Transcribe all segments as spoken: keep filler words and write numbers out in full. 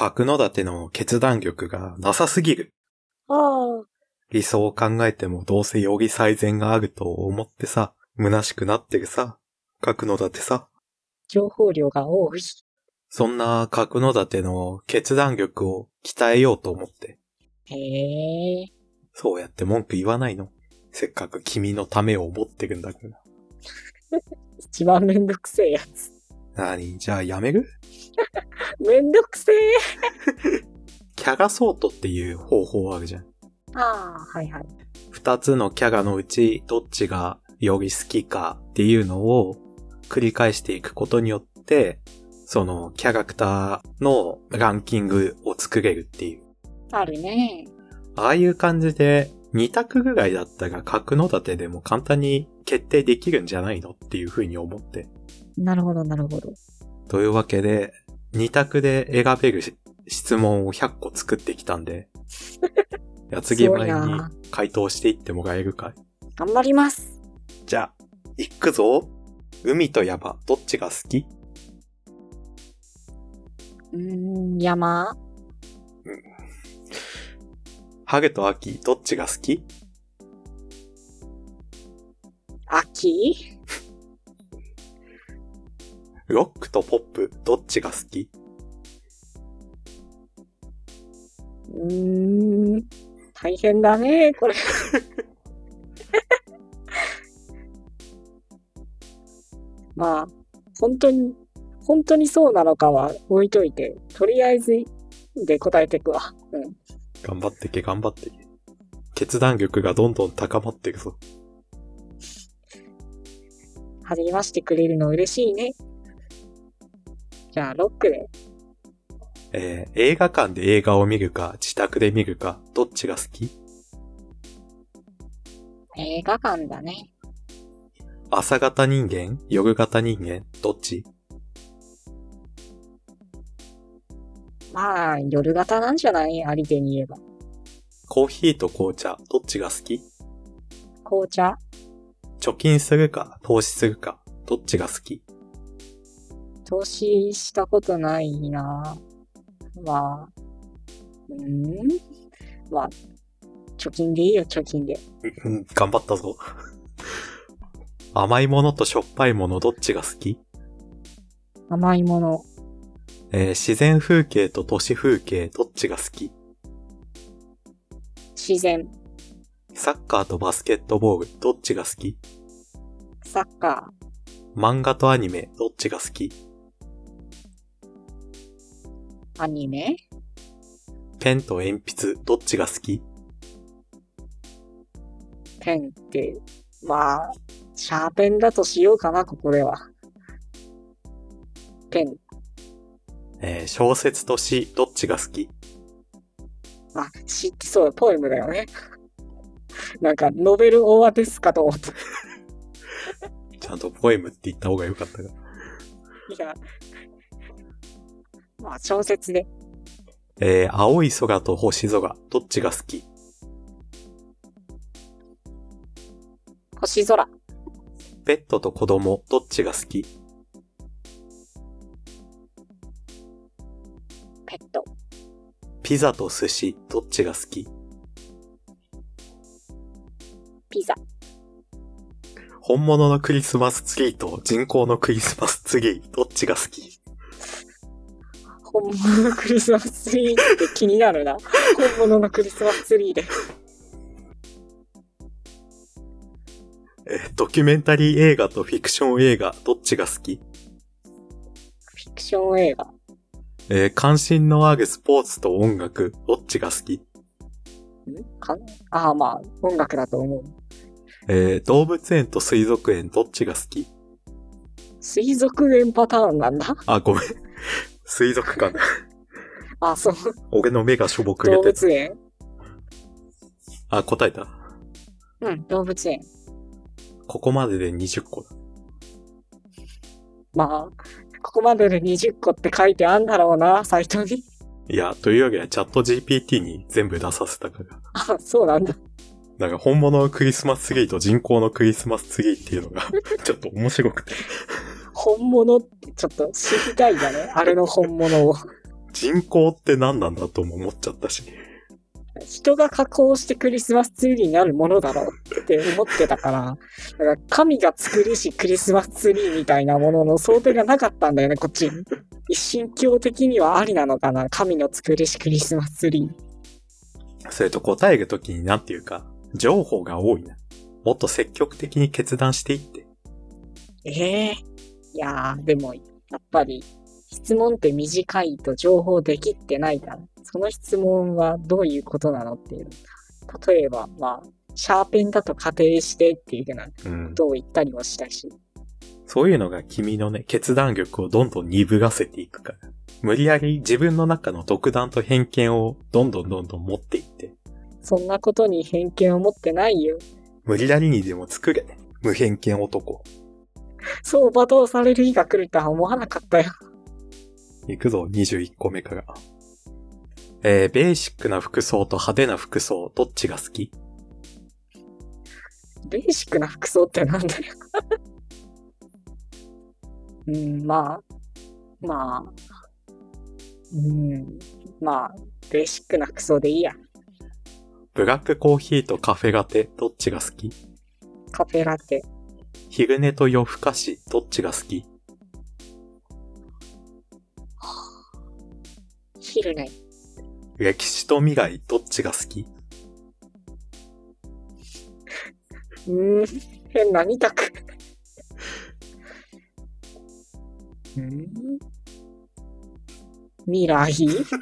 角館の決断力がなさすぎる。 ああ。 理想を考えてもどうせより最善があると思ってさ、虚しくなってるさ、角館さ。 情報量が多い。 そんな角館の決断力を鍛えようと思って。 へえ。 そうやって文句言わないの。せっかく君のためを思ってるんだから。 一番めんどくせえやつ。 なに、じゃあやめる？ めんどくせえ。 キャラソートっていう方法あるじゃん。 ああ、はいはい。 二つのキャラのうちどっちがより好きかっていうのを繰り返していくことによって、そのキャラクターのランキングを作れるっていう。 あるね。 ああいう感じでに択ぐらいだったら角館でも簡単に決定できるんじゃないのっていうふうに思って。 なるほどなるほど。 というわけでに択で選べる質問をひゃっこ作ってきたんで矢継ぎ前に回答していってもらえるかい？ 頑張ります。 じゃあ行くぞ。海と山どっちが好き？ うーん、山。 うん。春と秋どっちが好き？ 秋？ ロックとポップどっちが好き？ うーん、大変だねこれ。まあ本当に本当にそうなのかは置いといて、とりあえずで答えてくわ。うん。 頑張ってけ頑張ってけ。決断力がどんどん高まっていくぞ。 励ましてくれるの嬉しいね。じゃあロックで。 えー、映画館で映画を見るか自宅で見るかどっちが好き？ 映画館だね。 朝型人間？夜型人間？どっち？ まあ夜型なんじゃない？ありてに言えば。 コーヒーと紅茶どっちが好き？ 紅茶。 貯金するか投資するかどっちが好き？ 投資したことないな。まあ、うーんまあ、貯金でいいよ、貯金で。 うん、頑張ったぞ。甘いものとしょっぱいものどっちが好き？ 甘いもの。 えー、自然風景と都市風景どっちが好き？ 自然。 サッカーとバスケットボールどっちが好き？ サッカー。漫画とアニメどっちが好き？ アニメ？ ペンと鉛筆どっちが好き？ ペンって、まあ、シャーペンだとしようかな、ここでは。ペン。 えー、小説と詩どっちが好き？ あ、詩ってそう、ポエムだよね。なんか、ノベルオアですかと思った。 ちゃんとポエムって言った方がよかったが。いや、まあ、小説で。 えー、青い空と星空どっちが好き？ 星空。 ペットと子供どっちが好き？ ペット。 ピザと寿司どっちが好き？ ピザ。 本物のクリスマスツリーと人工のクリスマスツリーどっちが好き？ 本物のクリスマスツリーって気になるな。本物のクリスマスツリーで。 えー、ドキュメンタリー映画とフィクション映画どっちが好き？ フィクション映画。 えー、関心のあるスポーツと音楽どっちが好き？んかああ、まあ音楽だと思う。 えー、動物園と水族園どっちが好き？ 水族園パターンなんだ。 あ、ごめん。水族館。 あ、そう。 俺の目がしょぼくれて動物園。 あ、答えた。 うん、動物園。 ここまででにじゅっこだ。 まあ、ここまででにじゅっこって書いてあんだろうな、サイトに。 いや、というわけでチャット ジーピーティー に全部出させたから。 あ、そうなんだ。 だから本物のクリスマスツリーと人工のクリスマスツリーっていうのがちょっと面白くて。 本物ってちょっと知りたいんだね。あれの本物を。 人口って何なんだとも思っちゃったし。 人が加工してクリスマスツリーになるものだろうって思ってたから、だから神が作りしクリスマスツリーみたいなものの想定がなかったんだよね、こっちに。一神教的にはありなのかな、神の作りしクリスマスツリー。 それと答えるときになんていうか、情報が多いな。もっと積極的に決断していって。 ええー、いやー、でも、やっぱり、質問って短いと情報できってないから、その質問はどういうことなのっていう。例えば、まあ、シャーペンだと仮定してっていうようなことを言ったりもしたし、うん。 そういうのが君のね、決断力をどんどん鈍らせていくから。無理やり自分の中の独断と偏見をどんどんどんどん持っていって。 そんなことに偏見を持ってないよ。 無理やりにでも作れ。無偏見男。 そう罵倒される日が来るとは思わなかったよ。 いくぞ、にじゅういっこめから。えー、ベーシックな服装と派手な服装、どっちが好き？ ベーシックな服装ってなんだよ。うん、まあ、まあ、うん、まあ、ベーシックな服装でいいや。 ブラックコーヒーとカフェラテ、どっちが好き？ カフェラテ。 昼寝と夜更かし、どっちが好き？ 昼寝。 歴史と未来、どっちが好き？ うーん、変な二択。うん、未来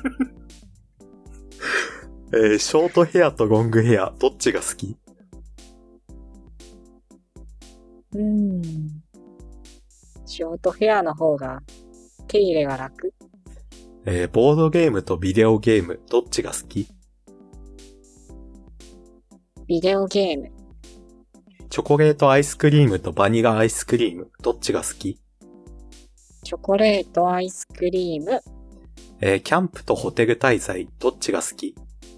えー、ショートヘアとロングヘア、どっちが好き？ うーん。ショートヘアの方が手入れが楽。 えー、ボードゲームとビデオゲーム、どっちが好き？ ビデオゲーム。 チョコレートアイスクリームとバニラアイスクリーム、どっちが好き？ チョコレートアイスクリーム。 えー、キャンプとホテル滞在、どっちが好き？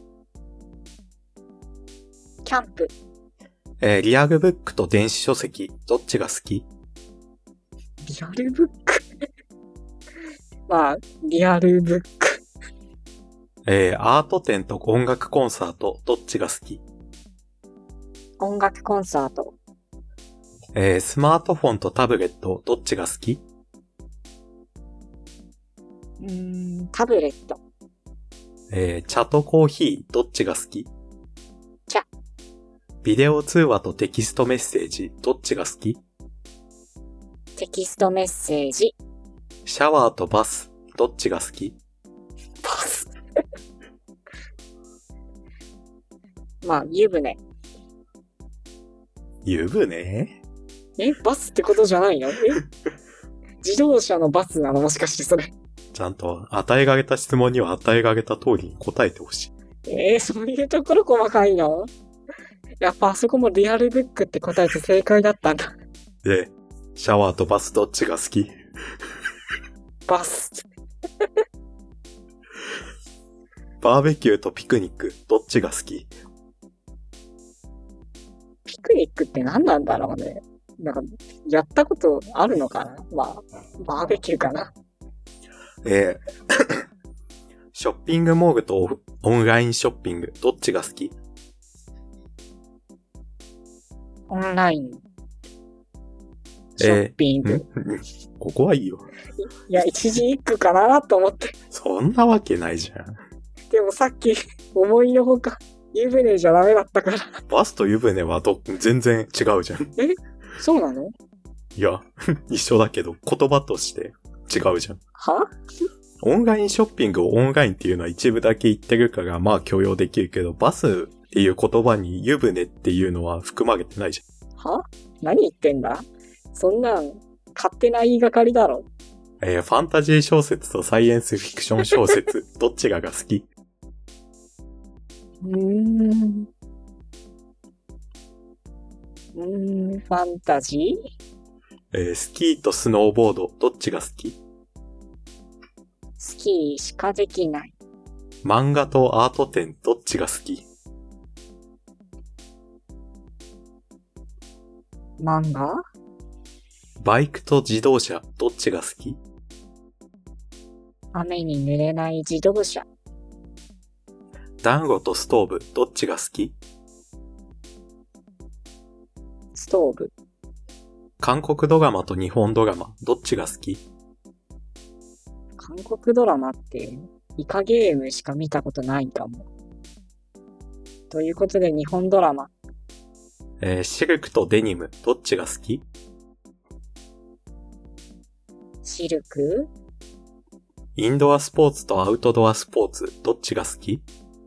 キャンプ。 えー、リアルブックと電子書籍、どっちが好き？ リアルブックまあ、リアルブック。 えー、アート展と音楽コンサート、どっちが好き？ 音楽コンサート。 えー、スマートフォンとタブレット、どっちが好き？ うーん、タブレット。 えー、茶とコーヒー、どっちが好き？ 茶。 ビデオ通話とテキストメッセージ、どっちが好き？ テキストメッセージ。 シャワーとバス、どっちが好き？ バス。まあ、湯船。 湯船？ え、バスってことじゃないの？え自動車のバスなの？もしかしてそれ。 ちゃんと与えられた質問には与えられた通りに答えてほしい。 えー、そういうところ細かいの？やっぱあそこもリアルブックって答えて正解だったんだ。 で、シャワーとバスどっちが好き？ バス。 バーベキューとピクニック、どっちが好き？ ピクニックって何なんだろうね。なんか、やったことあるのかな？まあ、バーベキューかな。 えー、ショッピングモールとオンラインショッピング、どっちが好き？ オンライン。ショッピング。 えー、ここはいいよ。 いや、一時一句かなと思って。 そんなわけないじゃん。 でもさっき、思いのほか、湯船じゃダメだったから。 バスと湯船はど全然違うじゃん。 え？そうなの？ いや、一緒だけど言葉として違うじゃん。 は？ オンラインショッピングをオンラインっていうのは一部だけ言ってるからまあ許容できるけど、バスっていう言葉に湯船っていうのは含まれてないじゃん。は？何言ってんだ？そんなん、勝手な言いがかりだろ。 えー、ファンタジー小説とサイエンスフィクション小説、どっちがが好き？ うーん。うーん、ファンタジー？ えー、スキーとスノーボード、どっちが好き？ スキーしかできない。 漫画とアート展、どっちが好き？ 漫画？ バイクと自動車、どっちが好き？ 雨に濡れない自動車。 暖炉とストーブ、どっちが好き？ ストーブ。 韓国ドラマと日本ドラマ、どっちが好き？ 韓国ドラマって、イカゲームしか見たことないかも。ということで日本ドラマ。 えー、シルクとデニム、どっちが好き？ シルク？ インドアスポーツとアウトドアスポーツ、どっちが好き？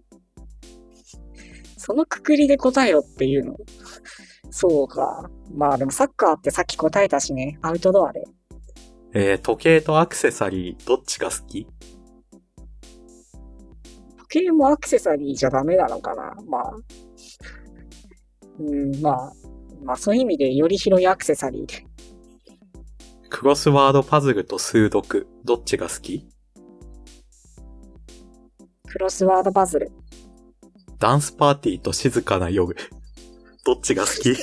そのくくりで答えろっていうの？そうか。まあでもサッカーってさっき答えたしね。アウトドアで。 えー、時計とアクセサリー、どっちが好き？ 時計もアクセサリーじゃダメなのかな。まあ。うん、まあ。まあそういう意味でより広いアクセサリーで。 クロスワードパズルと数読、どっちが好き？ クロスワードパズル。 ダンスパーティーと静かな夜、どっちが好き？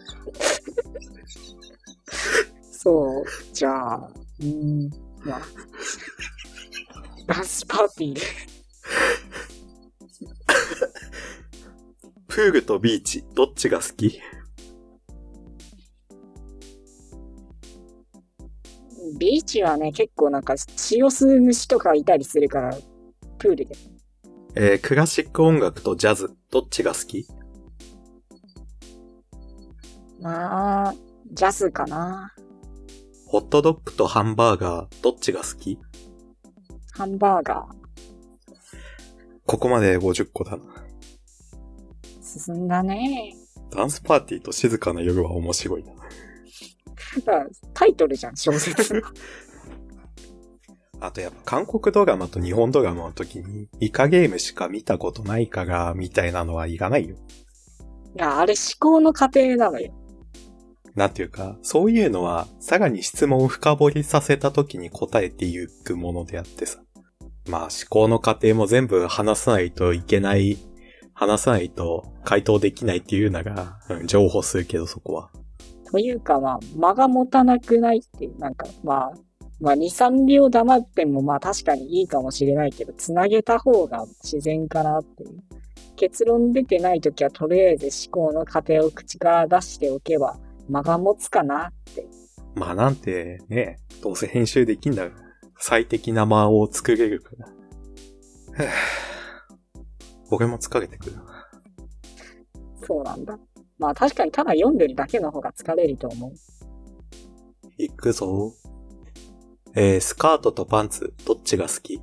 そう、じゃあ、うーん、まあ。ダンスパーティーで。 プールとビーチ、どっちが好き？ ビーチはね、結構なんか血を吸う虫とかいたりするから、プールで。 えー、クラシック音楽とジャズ、どっちが好き？ まあ、ジャズかな。 ホットドッグとハンバーガー、どっちが好き？ ハンバーガー。 ここまでごじゅっこだな。 進んだね。 ダンスパーティーと静かな夜は面白いな。 タイトルじゃん、小説。 あとやっぱ韓国ドラマと日本ドラマの時にイカゲームしか見たことないからみたいなのはいらないよ。 いや、あれ思考の過程なのよ。 なんていうか、そういうのはさらに質問を深掘りさせた時に答えていくものであってさ。まあ思考の過程も全部話さないといけない、話さないと回答できないっていうのが、うん、譲歩するけどそこは。 というかまあ、間が持たなくないっていう、なんかまあ、まあに、さんびょう黙ってもまあ確かにいいかもしれないけど、つなげた方が自然かなっていう。結論出てないときはとりあえず思考の過程を口から出しておけば間が持つかなって。 まあなんてね、どうせ編集できんだから、最適な間を作れるから。はぁ俺も疲れてくる。 そうなんだ。まあ確かにただ読んでるだけの方が疲れると思う。 いくぞ。えー、スカートとパンツ、どっちが好き？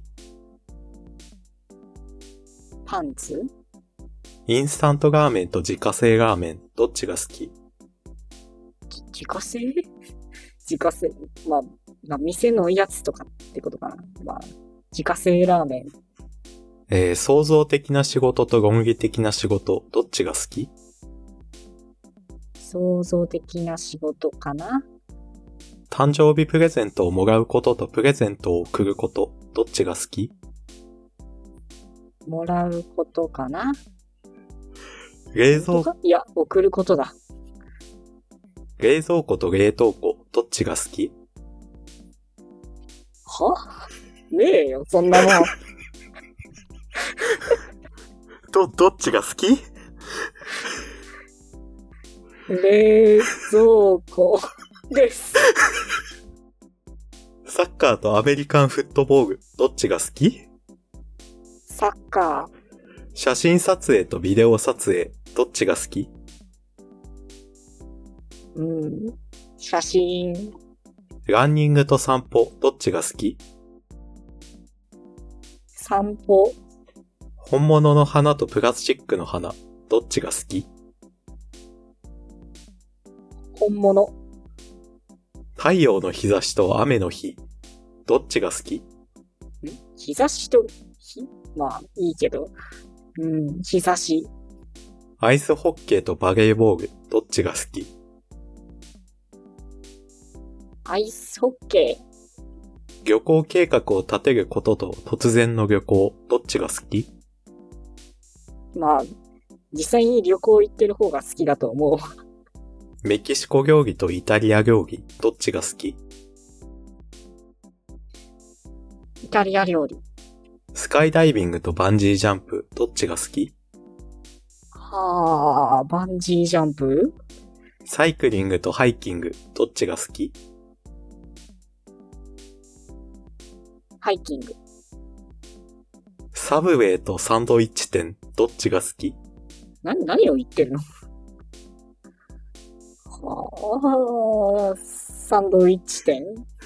パンツ？ インスタントラーメンと自家製ラーメン、どっちが好き？ 自家製？自家製。まあ、まあ、店のやつとかってことかな。まあ、自家製ラーメン。 えー、創造的な仕事と論理的な仕事、どっちが好き？ 創造的な仕事かな。 誕生日プレゼントをもらうこととプレゼントを送ること、どっちが好き？ もらうことかな。 冷蔵庫、 いや、送ることだ。 冷蔵庫と冷凍庫、どっちが好き？ は？ねえよ、そんなもん。 ど、どっちが好き？ 冷蔵庫です。 サッカーとアメリカンフットボール、どっちが好き？ サッカー。 写真撮影とビデオ撮影、どっちが好き？ うん。写真。 ランニングと散歩、どっちが好き？ 散歩。 本物の花とプラスチックの花、どっちが好き？ 本物。 太陽の日差しと雨の日、どっちが好き？ ん？日差しと日？まあ、いいけど。うん、日差し。 アイスホッケーとバレーボール、どっちが好き？ アイスホッケー。旅行計画を立てることと突然の旅行、どっちが好き？ まあ、実際に旅行行ってる方が好きだと思う。 メキシコ料理とイタリア料理、どっちが好き？ イタリア料理。 スカイダイビングとバンジージャンプ、どっちが好き？ はあ、バンジージャンプ？ サイクリングとハイキング、どっちが好き？ ハイキング。 サブウェイとサンドイッチ店、どっちが好き？ な、何を言ってるの？はあ、サンドイッチ店？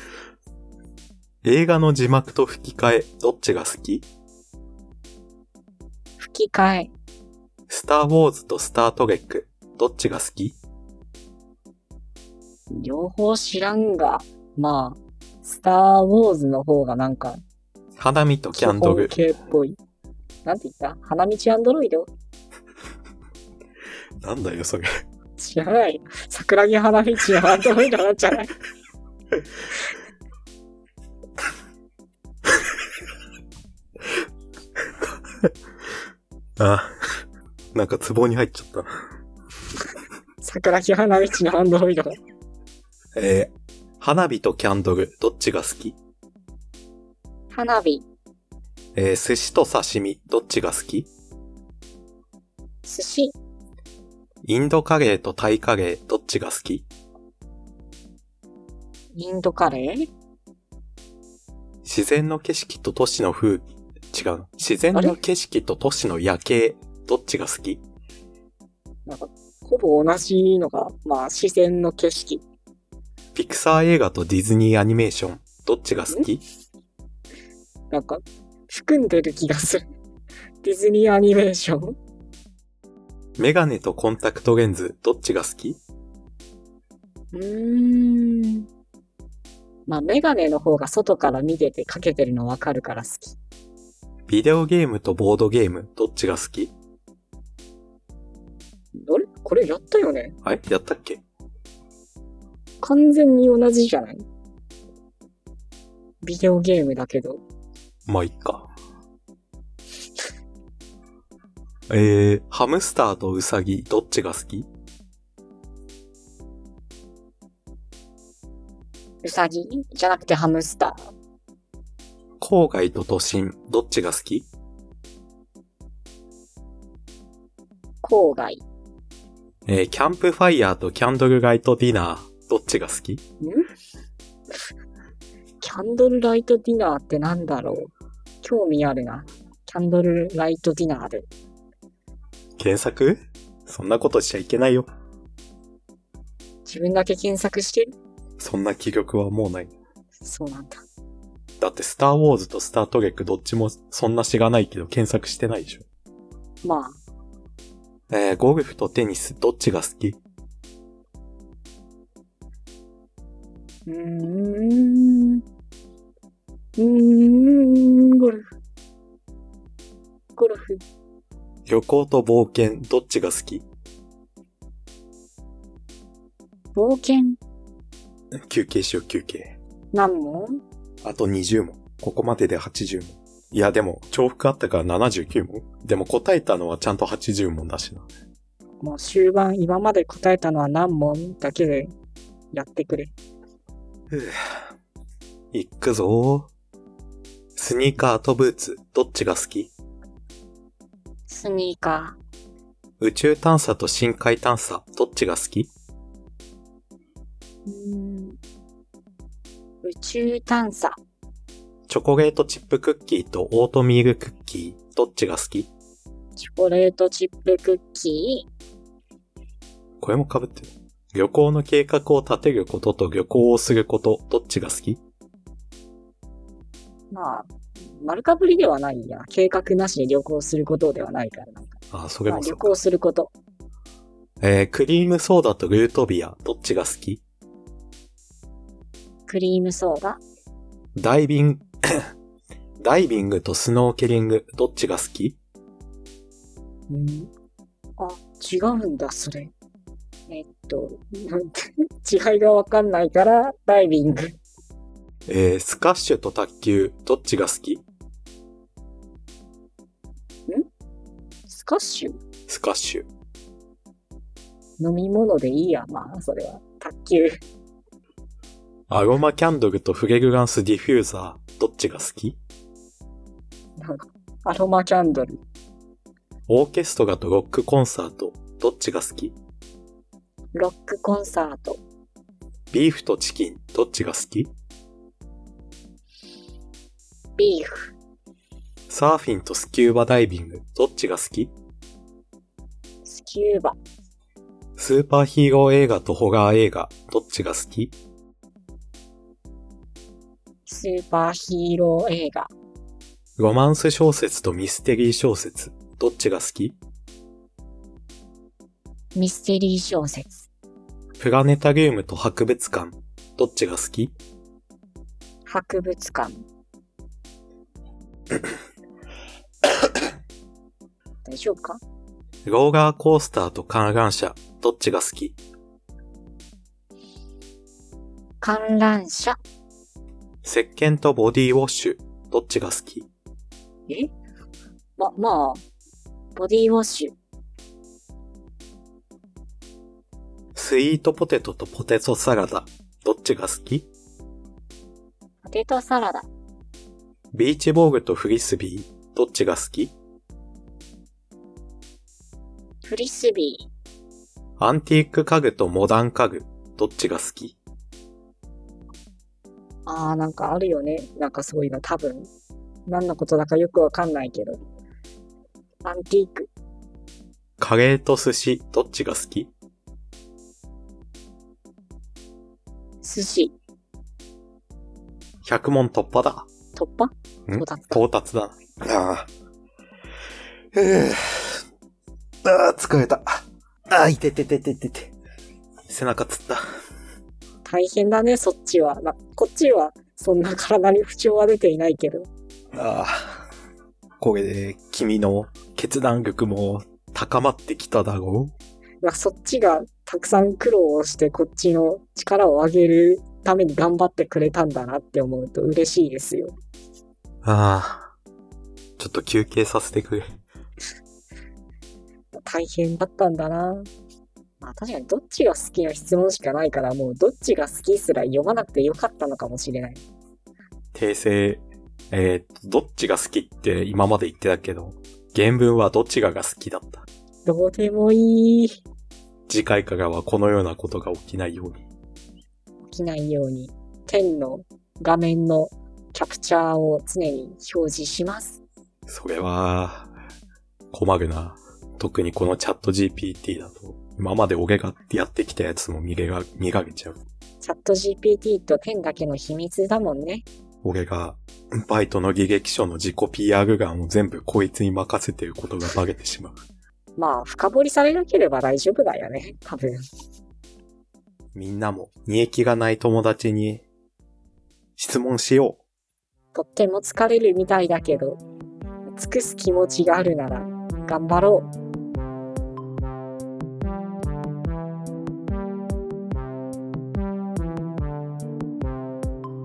映画の字幕と吹き替え、どっちが好き？ 吹き替え。 スター・ウォーズとスター・トレック、どっちが好き？ 両方知らんが、まあ、スター・ウォーズの方がなんか、 花見とキャンドル。 基本系っぽい。なんて言った？花道アンドロイド？ なんだよ、それ。 知らない。桜木花道のアンドロイドなんじゃない？ あ、なんか壺に入っちゃった。 桜木花道のアンドロイド。 えー、花火とキャンドル、どっちが好き？ 花火。 えー、寿司と刺身、どっちが好き？ 寿司。 インドカレーとタイカレー、どっちが好き？ インドカレー？ 自然の景色と都市の風、違う。自然の景色と都市の夜景、どっちが好き？ なんか、ほぼ同じのが、まあ、自然の景色。 ピクサー映画とディズニーアニメーション、どっちが好き？ なんか、含んでる気がする。ディズニーアニメーション？ メガネとコンタクトレンズ、どっちが好き？ うーん。まあ、メガネの方が外から見ててかけてるのわかるから好き。 ビデオゲームとボードゲーム、どっちが好き？ あれ？これやったよね？ あれ？やったっけ？ 完全に同じじゃない？ビデオゲームだけど。 まあ、いっか。えー、ハムスターとウサギ、どっちが好き？ ウサギじゃなくてハムスター。 郊外と都心、どっちが好き？ 郊外。 えー、キャンプファイヤーとキャンドルライトディナー、どっちが好き？ん？ キャンドルライトディナーってなんだろう？興味あるな。キャンドルライトディナーで。 検索？そんなことしちゃいけないよ。 自分だけ検索してる？ そんな気力はもうない。 そうなんだ。 だってスターウォーズとスタートレックどっちもそんなしがないけど検索してないでしょ。 まあ。 えー、ゴルフとテニスどっちが好き？ うーん。うーん、ゴルフ。ゴルフ。 旅行と冒険どっちが好き？ 冒険？ 休憩しよう休憩。 何問？ あとにじゅう問。ここまでではちじゅう問。いやでも重複あったからななじゅうきゅう問。でも答えたのはちゃんとはちじゅう問だしな。 もう終盤今まで答えたのは何問だけでやってくれ。 ふぅ。いくぞー。スニーカーとブーツどっちが好き？ スニーカー。宇宙探査と深海探査どっちが好き？ うーん。宇宙探査。 チョコレートチップクッキーとオートミールクッキーどっちが好き？ チョコレートチップクッキー。 これも被ってる。旅行の計画を立てることと旅行をすることどっちが好き？ まあ、丸かぶりではないや。計画なしで旅行することではないからなんか。 ああ、それもそうか。 まあ、旅行すること。 えー、クリームソーダとルートビアどっちが好き？ クリームソーダ。 ダイビング、ダイビングとスノーケリングどっちが好き？ うん。あ、違うんだ、それ。えっと、違いがわかんないから、ダイビング。 えー、スカッシュと卓球どっちが好き？ん？ スカッシュ？ スカッシュ。 飲み物でいいや、まあ、それは。卓球。 アロマキャンドルとフレグランスディフューザー、どっちが好き？ なんかアロマキャンドル。 オーケストラとロックコンサート、どっちが好き？ ロックコンサート。 ビーフとチキン、どっちが好き？ ビーフ。 サーフィンとスキューバダイビング、どっちが好き？ スキューバ。 スーパーヒーロー映画とホラー映画、どっちが好き？ スーパーヒーロー映画。 ロマンス小説とミステリー小説、どっちが好き？ ミステリー小説。 プラネタリウムと博物館、どっちが好き？ 博物館。大丈夫か？ ローラーコースターと観覧車、どっちが好き？ 観覧車。 石鹸とボディウォッシュ、どっちが好き？ え？ま、まあ、ボディウォッシュ。 スイートポテトとポテトサラダ、どっちが好き？ ポテトサラダ。 ビーチボールとフリスビー、どっちが好き？ フリスビー。アンティーク家具とモダン家具、どっちが好き？ あー、なんかあるよね。なんかそういうの多分。何のことだかよくわかんないけど。アンティーク。 カレーと寿司、どっちが好き？ 寿司。 ひゃく問突破だ。 突破？ ん到達。 到達だ。ああ。えー、ああ、疲れた。ああ、いてててててて。背中つった。 大変だね、そっちは。なこっちは、そんな体に不調は出ていないけど。 ああ。これで、君の決断力も高まってきただろう？ まあ、そっちがたくさん苦労をしてこっちの力を上げるために頑張ってくれたんだなって思うと嬉しいですよ。 ああ。ちょっと休憩させてくれ。 大変だったんだな。まあ確かにどっちが好きな質問しかないからもうどっちが好きすら読まなくてよかったのかもしれない。 訂正。えー、どっちが好きって今まで言ってたけど、原文はどちらが好きだった。 どうでもいい。 次回からはこのようなことが起きないように。 起きないように、天の画面のキャプチャーを常に表示します。 それは、困るな。特にこのチャット ジーピーティー だと、今まで俺がやってきたやつも見れが、見られちゃう。 チャット ジーピーティー と天だけの秘密だもんね。 俺が、バイトの履歴書の自己 ピーアール 欄を全部こいつに任せてることがバレてしまう。 まあ、深掘りされなければ大丈夫だよね、多分。 みんなも、煮え気がない友達に、質問しよう。 とっても疲れるみたいだけど、尽くす気持ちがあるなら、頑張ろう。